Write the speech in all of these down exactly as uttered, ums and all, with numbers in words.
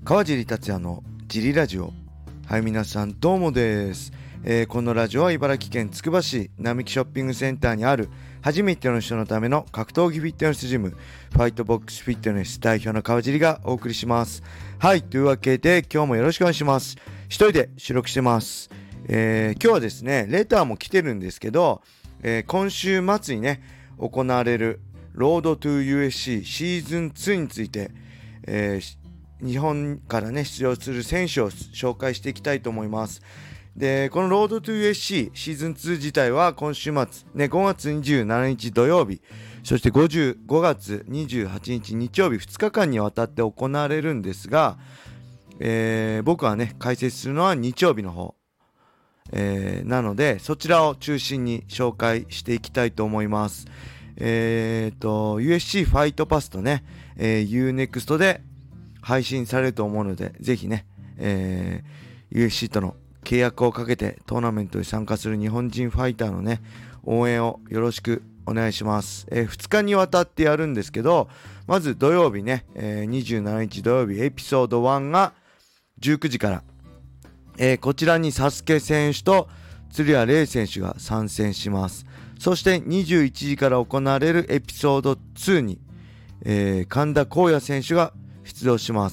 川尻達也のジリラジオ。はい、皆さんどうもです、えー、このラジオは茨城県つくば市並木ショッピングセンターにある初めての人のための格闘技フィットネスジム、ファイトボックスフィットネス代表の川尻がお送りします。はい、というわけで今日もよろしくお願いします。一人で収録してます。えー、今日はですね、レターも来てるんですけど、えー、今週末にね行われるロードトゥ ユーエフシー シーズンツーについて、えー日本からね出場する選手を紹介していきたいと思います。で、このロードトゥ ユーエフシー シーズンツー自体は今週末、ね、ごがつにじゅうしちにち土曜日、そしてごがつにじゅうはちにち日曜日ふつかかんにわたって行われるんですが、えー、僕はね解説するのは日曜日の方、えー、なのでそちらを中心に紹介していきたいと思います。えーと ユーエフシー ファイトパスとね、えー、ユーネクスト で配信されると思うので、ぜひね、えー、ユーエフシー との契約をかけてトーナメントに参加する日本人ファイターのね応援をよろしくお願いします。えー、ふつかにわたってやるんですけど、まず土曜日ね、えー、にじゅうしちにち土曜日エピソードいちがじゅうくじから、えー、こちらにサスケ選手と鶴谷玲選手が参戦します。そしてにじゅういちじから行われるエピソードにに、えー、神田光也選手が出場します。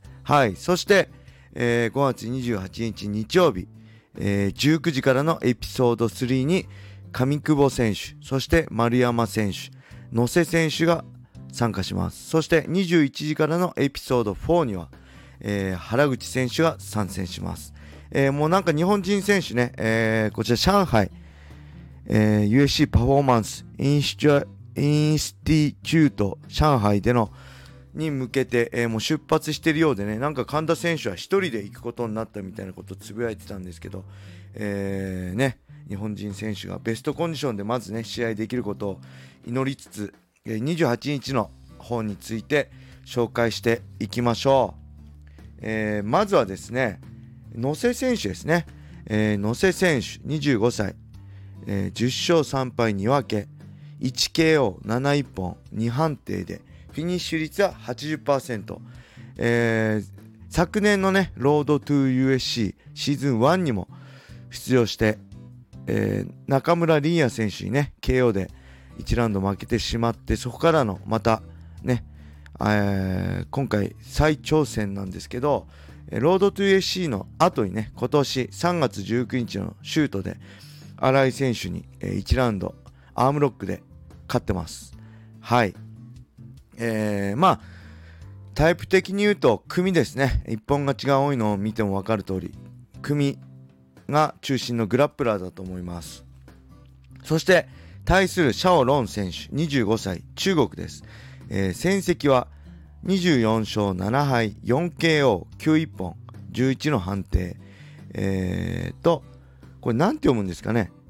はい。そして、えー、ごがつにじゅうはちにち日曜日、えー、じゅうくじからのエピソードさんに上久保選手、そして丸山選手、野瀬選手が参加します。そしてにじゅういちじからのエピソードよんには、えー、原口選手が参戦します。えー、もうなんか日本人選手ね、えー、こちら上海、えー、ユーエフシー パフォーマンスインスティチュート上海でのに向けて、えー、もう出発してるようでね、なんか神田選手は一人で行くことになったみたいなことをつぶやいてたんですけど、えー、ね、日本人選手がベストコンディションでまずね試合できることを祈りつつ、えー、にじゅうはちにちの方について紹介していきましょう。えー、まずはですね、野瀬選手ですね。えー、野瀬選手にじゅうごさい、えー、じゅっしょうさんぱいにわけ いちケーオーなないっぽんに判定でフィニッシュ率は はちじゅっパーセント、えー、昨年のねロードトゥ ユーエフシー シーズンワンにも出場して、えー、中村凛也選手にね ケーオー でいちラウンド負けてしまって、そこからのまたね、えー、今回再挑戦なんですけど、ロードトゥ ユーエフシー の後にね今年さんがつじゅうくにちのシュートで新井選手にいちラウンドアームロックで勝ってます。はい。えー、まあタイプ的に言うと組ですね。一本勝ちが多いのを見ても分かる通り、組が中心のグラップラーだと思います。そして対するシャオロン選手にじゅうごさい、中国です。えー、戦績はにじゅうよんしょうななはい、よんケーオー、きゅういっぽん、じゅういちの判定、えーとこれなんて読むんですかね。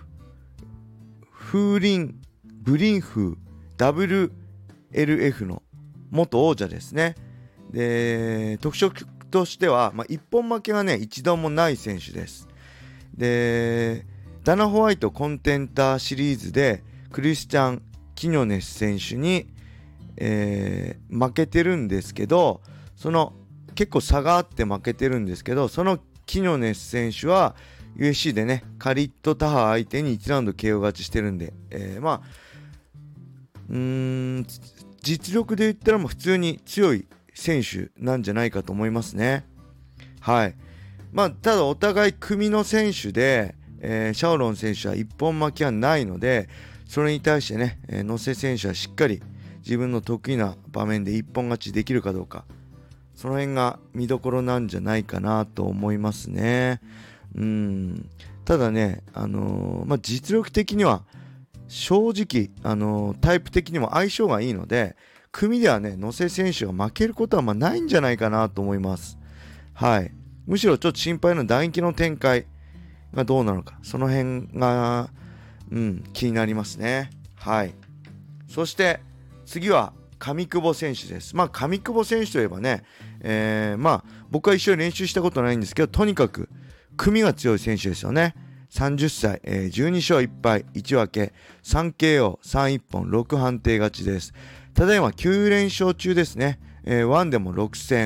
風林ブリンフー ダブリューエルエフ の元王者ですね。で、特色としては、まあ、一本負けがね一度もない選手です。で、ダナ・ホワイトコンテンターシリーズでクリスチャン・キニョネス選手に、えー、負けてるんですけど、その結構差があって負けてるんですけど、そのキニョネス選手は ユーエフシー でねカリット・タハ相手にいちラウンド ケーオー 勝ちしてるんで、えー、まあうーん実力で言ったらもう普通に強い選手なんじゃないかと思いますね。はい。まあただお互い組の選手で、えー、シャオロン選手は一本負けはないので、それに対してね、えー、野瀬選手はしっかり自分の得意な場面で一本勝ちできるかどうか、その辺が見どころなんじゃないかなと思いますね。うーんただね、あのーまあ、実力的には正直、あのー、タイプ的にも相性がいいので、組ではね野瀬選手が負けることはまあないんじゃないかなと思います。はい。むしろちょっと心配な打撃の展開がどうなのか、その辺が、うん、気になりますね。はい。そして次は上久保選手です。まあ上久保選手といえばね、えー、まあ僕は一緒に練習したことないんですけど、とにかく組が強い選手ですよね。さんじゅっさい、えー、じゅうにしょういっぱいいち分け さんケーオー、さんいっぽん、ろく判定勝ちです。ただいまきゅうれんしょう中ですね。えー、いちでもろくせん、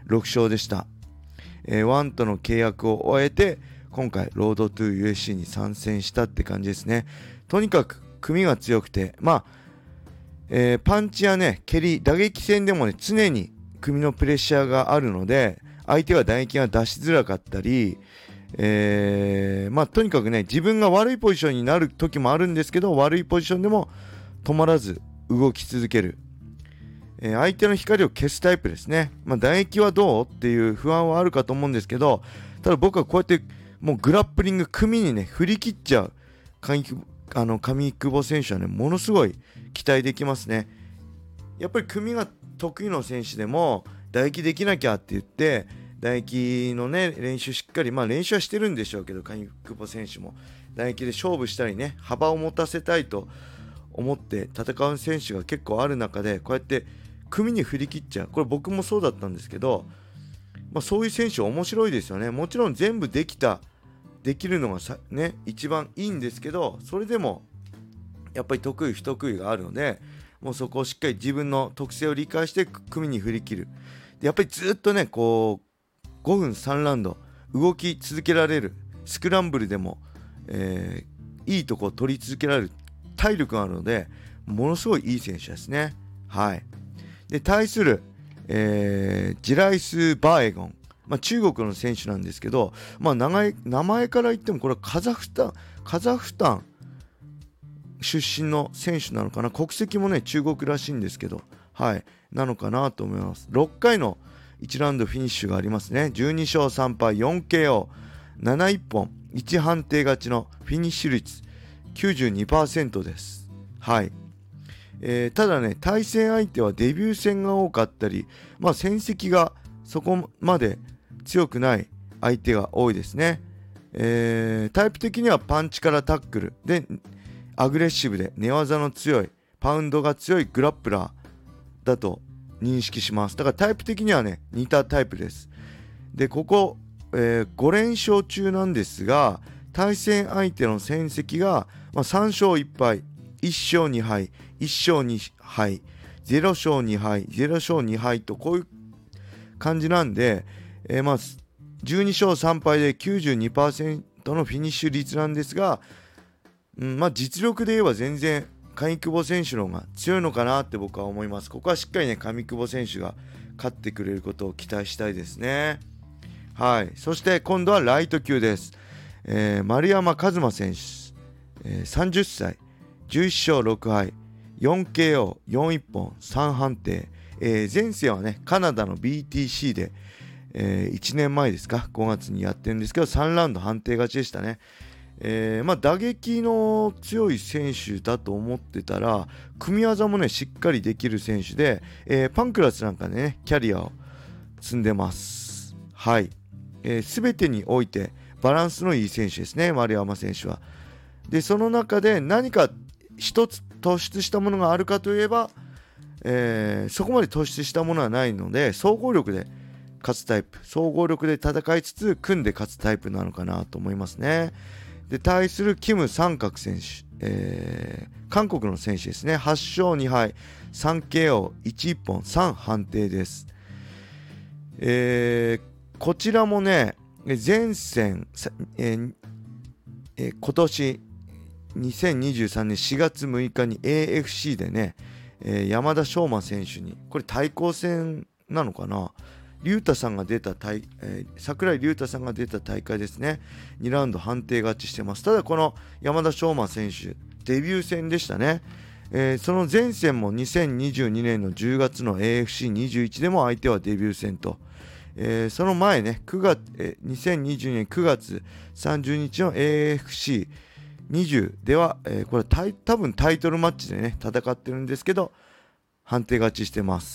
ろく勝でした。えー、ワンとの契約を終えて今回ロードトゥ ユーエフシー に参戦したって感じですね。とにかく組が強くて、まあ、えー、パンチやね蹴り打撃戦でもね常に組のプレッシャーがあるので相手は打撃が出しづらかったり、えー、まあとにかくね自分が悪いポジションになる時もあるんですけど、悪いポジションでも止まらず動き続ける、えー、相手の光を消すタイプですね。まあ打撃はどうっていう不安はあるかと思うんですけど、ただ僕はこうやってもうグラップリング組にね振り切っちゃう上あの上久保選手はねものすごい期待できますね。やっぱり組が得意の選手でも打撃できなきゃって言って打撃のね練習しっかり、まあ練習はしてるんでしょうけど、上久保選手も打撃で勝負したりね幅を持たせたいと思って戦う選手が結構ある中でこうやって組に振り切っちゃう、これ僕もそうだったんですけど、まあ、そういう選手面白いですよね。もちろん全部できたできるのがさ、ね、一番いいんですけど、それでもやっぱり得意不得意があるので、もうそこをしっかり自分の特性を理解して組に振り切る。でやっぱりずっとねこうごふんさんラウンド動き続けられる、スクランブルでも、えー、いいとこを取り続けられる体力があるのでものすごいいい選手ですね。はい。で対する、えー、ジライス・バーエゴン、まあ、中国の選手なんですけど、まあ、名前、名前から言ってもこれはカザフスタンカザフスタン出身の選手なのかな、国籍もね中国らしいんですけど、はいなのかなと思います。ろっかいのいちラウンドフィニッシュがありますね。じゅうに勝さん敗 よんケーオー、なないっぽんいち判定勝ちのフィニッシュ率 きゅうじゅうにパーセント です。はい。えー、ただね対戦相手はデビュー戦が多かったり、まあ戦績がそこまで強くない相手が多いですね。えー、タイプ的にはパンチからタックルでアグレッシブで寝技の強いパウンドが強いグラップラーだと認識します。だからタイプ的にはね似たタイプです。でここ、えー、ご連勝中なんですが、対戦相手の戦績が、まあ、さん勝いっ敗いっ勝に敗いっ勝に敗ゼロ勝に敗ゼロ勝に敗とこういう感じなんで、えー、まあじゅうに勝さん敗で きゅうじゅうにパーセント のフィニッシュ率なんですが、うん、まあ実力で言えば全然上久保選手の方が強いのかなって僕は思います。ここはしっかりね上久保選手が勝ってくれることを期待したいですね。はい。そして今度はライト級です。えー、丸山和馬選手、えー、さんじゅっさいじゅういっ勝ろく敗 よんケーオーよんいっぽんさん判定、えー、前世はねカナダの ビーティーシー で、えー、いちねんまえですかごがつにやってるんですけどさんラウンド判定勝ちでしたね。えーまあ、打撃の強い選手だと思ってたら組み技もねしっかりできる選手で、えー、パンクラスなんかねキャリアを積んでます。はい、えー、全てにおいてバランスのいい選手ですね丸山選手は。でその中で何か一つ突出したものがあるかといえば、えー、そこまで突出したものはないので総合力で勝つタイプ、総合力で戦いつつ組んで勝つタイプなのかなと思いますね。で対するキム・サンカク選手、えー、韓国の選手ですね。はち勝に敗 さんケーオーいちいっぽんさん判定です。えー、こちらもね前戦、えーえー、今年にせんにじゅうさんねんしがつむいかに エーエフシー でね、えー、山田昌磨選手にこれ対抗戦なのかな、龍太さんが出た大、えー、櫻井龍太さんが出た大会ですね。にラウンド判定勝ちしてます。ただこの山田昌磨選手デビュー戦でしたね。えー、その前戦もにせんにじゅうにねんのじゅうがつの エーエフシーにじゅういち でも相手はデビュー戦と、えー、その前ねくがつ、えー、にせんにじゅうにねんくがつさんじゅうにちの エーエフシーにじゅう では、えー、これタイ多分タイトルマッチでね戦ってるんですけど判定勝ちしてます。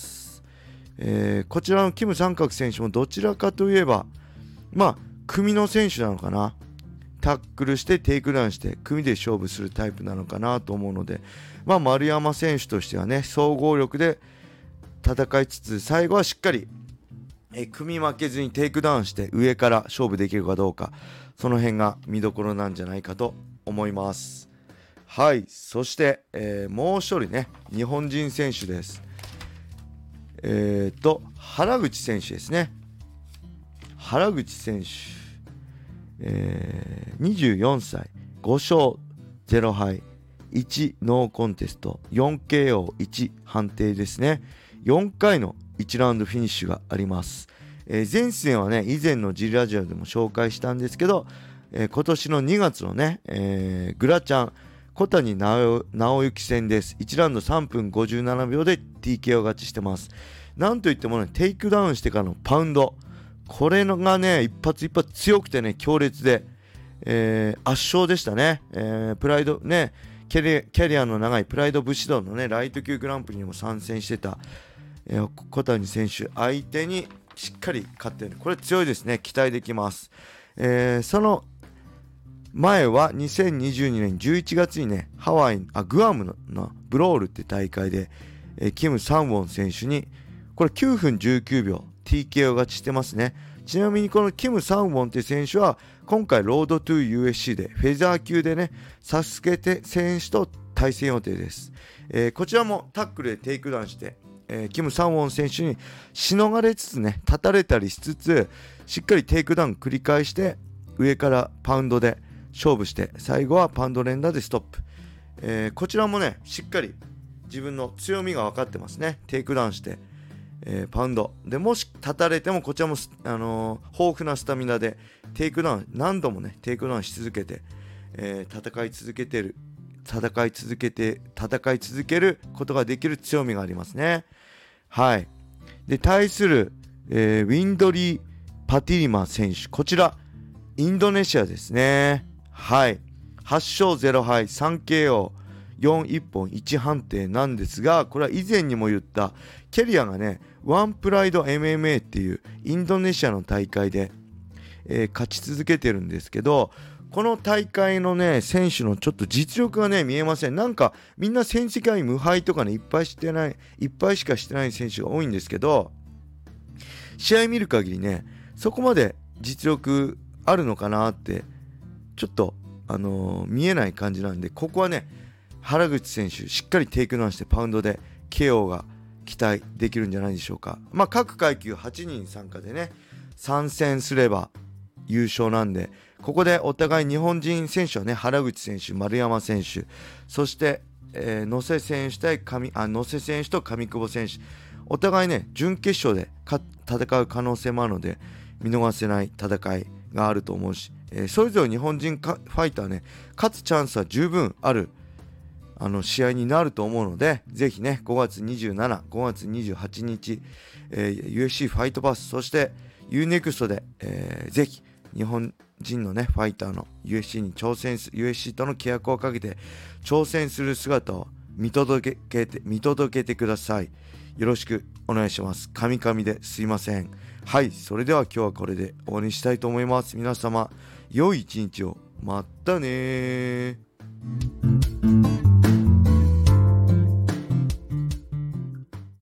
えー、こちらのキム・サンカク選手もどちらかといえばまあ組の選手なのかな、タックルしてテイクダウンして組で勝負するタイプなのかなと思うので、まあ丸山選手としてはね総合力で戦いつつ最後はしっかりえ組負けずにテイクダウンして上から勝負できるかどうか、その辺が見どころなんじゃないかと思います。はい。そして、えー、もう一人ね日本人選手です。えーと原口選手ですね。 原口選手、えー、にじゅうよんさい、ごしょうぜろはい、いちノーコンテスト、よんケーオーいち判定ですね。よんかいのいちラウンドフィニッシュがあります。えー、前戦はね以前のジリラジオでも紹介したんですけど、えー、今年のにがつのね、えー、グラチャン小谷直之戦です。いちラウンドさんぷんごじゅうななびょうで ティーケーオー 勝ちしてます。なんといってもねテイクダウンしてからのパウンド、これのがね一発一発強くてね強烈で、えー、圧勝でしたね。えー、プライドねキャリ、キャリアの長いプライド武士道のねライト級グランプリにも参戦してた、えー、小谷選手相手にしっかり勝ってる、これ強いですね、期待できます。えー、その前はにせんにじゅうにねんじゅういちがつにねハワイあグアム の, のブロールって大会で、えー、キム・サンウォン選手にこれきゅうふんじゅうきゅうびょう ティーケーオー 勝ちしてますね。ちなみにこのキム・サンウォンって選手は今回ロードトゥ ユーエフシー でフェザー級でねサスケテ選手と対戦予定です。えー、こちらもタックルでテイクダウンして、えー、キム・サンウォン選手にしのがれつつね立たれたりしつつしっかりテイクダウン繰り返して上からパウンドで勝負して最後はパウンド連打でストップ、えー、こちらもねしっかり自分の強みが分かってますね。テイクダウンして、えー、パウンドでもし立たれてもこちらも、あのー、豊富なスタミナでテイクダウン何度もねテイクダウンし続けて、えー、戦い続けてる戦い続けて戦い続けることができる強みがありますね。はい。で対する、えー、ウィンドリー・パティリマ選手、こちらインドネシアですね。はい。はっしょうぜろはい、さんケーオー、よんいっぽんいち判定なんですが、これは以前にも言ったキャリアがねワンプライド エムエムエー っていうインドネシアの大会で、えー、勝ち続けてるんですけど、この大会のね選手のちょっと実力がね見えません。なんかみんな戦績が無敗とかねいっぱいしてないいっぱいしかしてない選手が多いんですけど、試合見る限りねそこまで実力あるのかなってちょっと、あのー、見えない感じなんで、ここはね原口選手しっかりテイクダウンしてパウンドで ケーオー が期待できるんじゃないでしょうか。まあ各階級はちにん参加でね参戦すれば優勝なんで、ここでお互い日本人選手はね原口選手、丸山選手、そして、えー、野瀬選手対上あ野瀬選手と上久保選手、お互いね準決勝でか戦う可能性もあるので見逃せない戦いがあると思うし、えー、それぞれ日本人ファイターね勝つチャンスは十分あるあの試合になると思うので、ぜひねごがつにじゅうしち、ごがつにじゅうはちにち、えー、ユーエフシー ファイトパス、そして ユーネクスト で、えー、ぜひ日本人のねファイターの ユーエフシー に挑戦す ユーエフシー との契約をかけて挑戦する姿を見届けて見届けてください。よろしくお願いします。神々ですいません。はい、それでは今日はこれで終わりにしたいと思います。皆様良い一日を。またねー。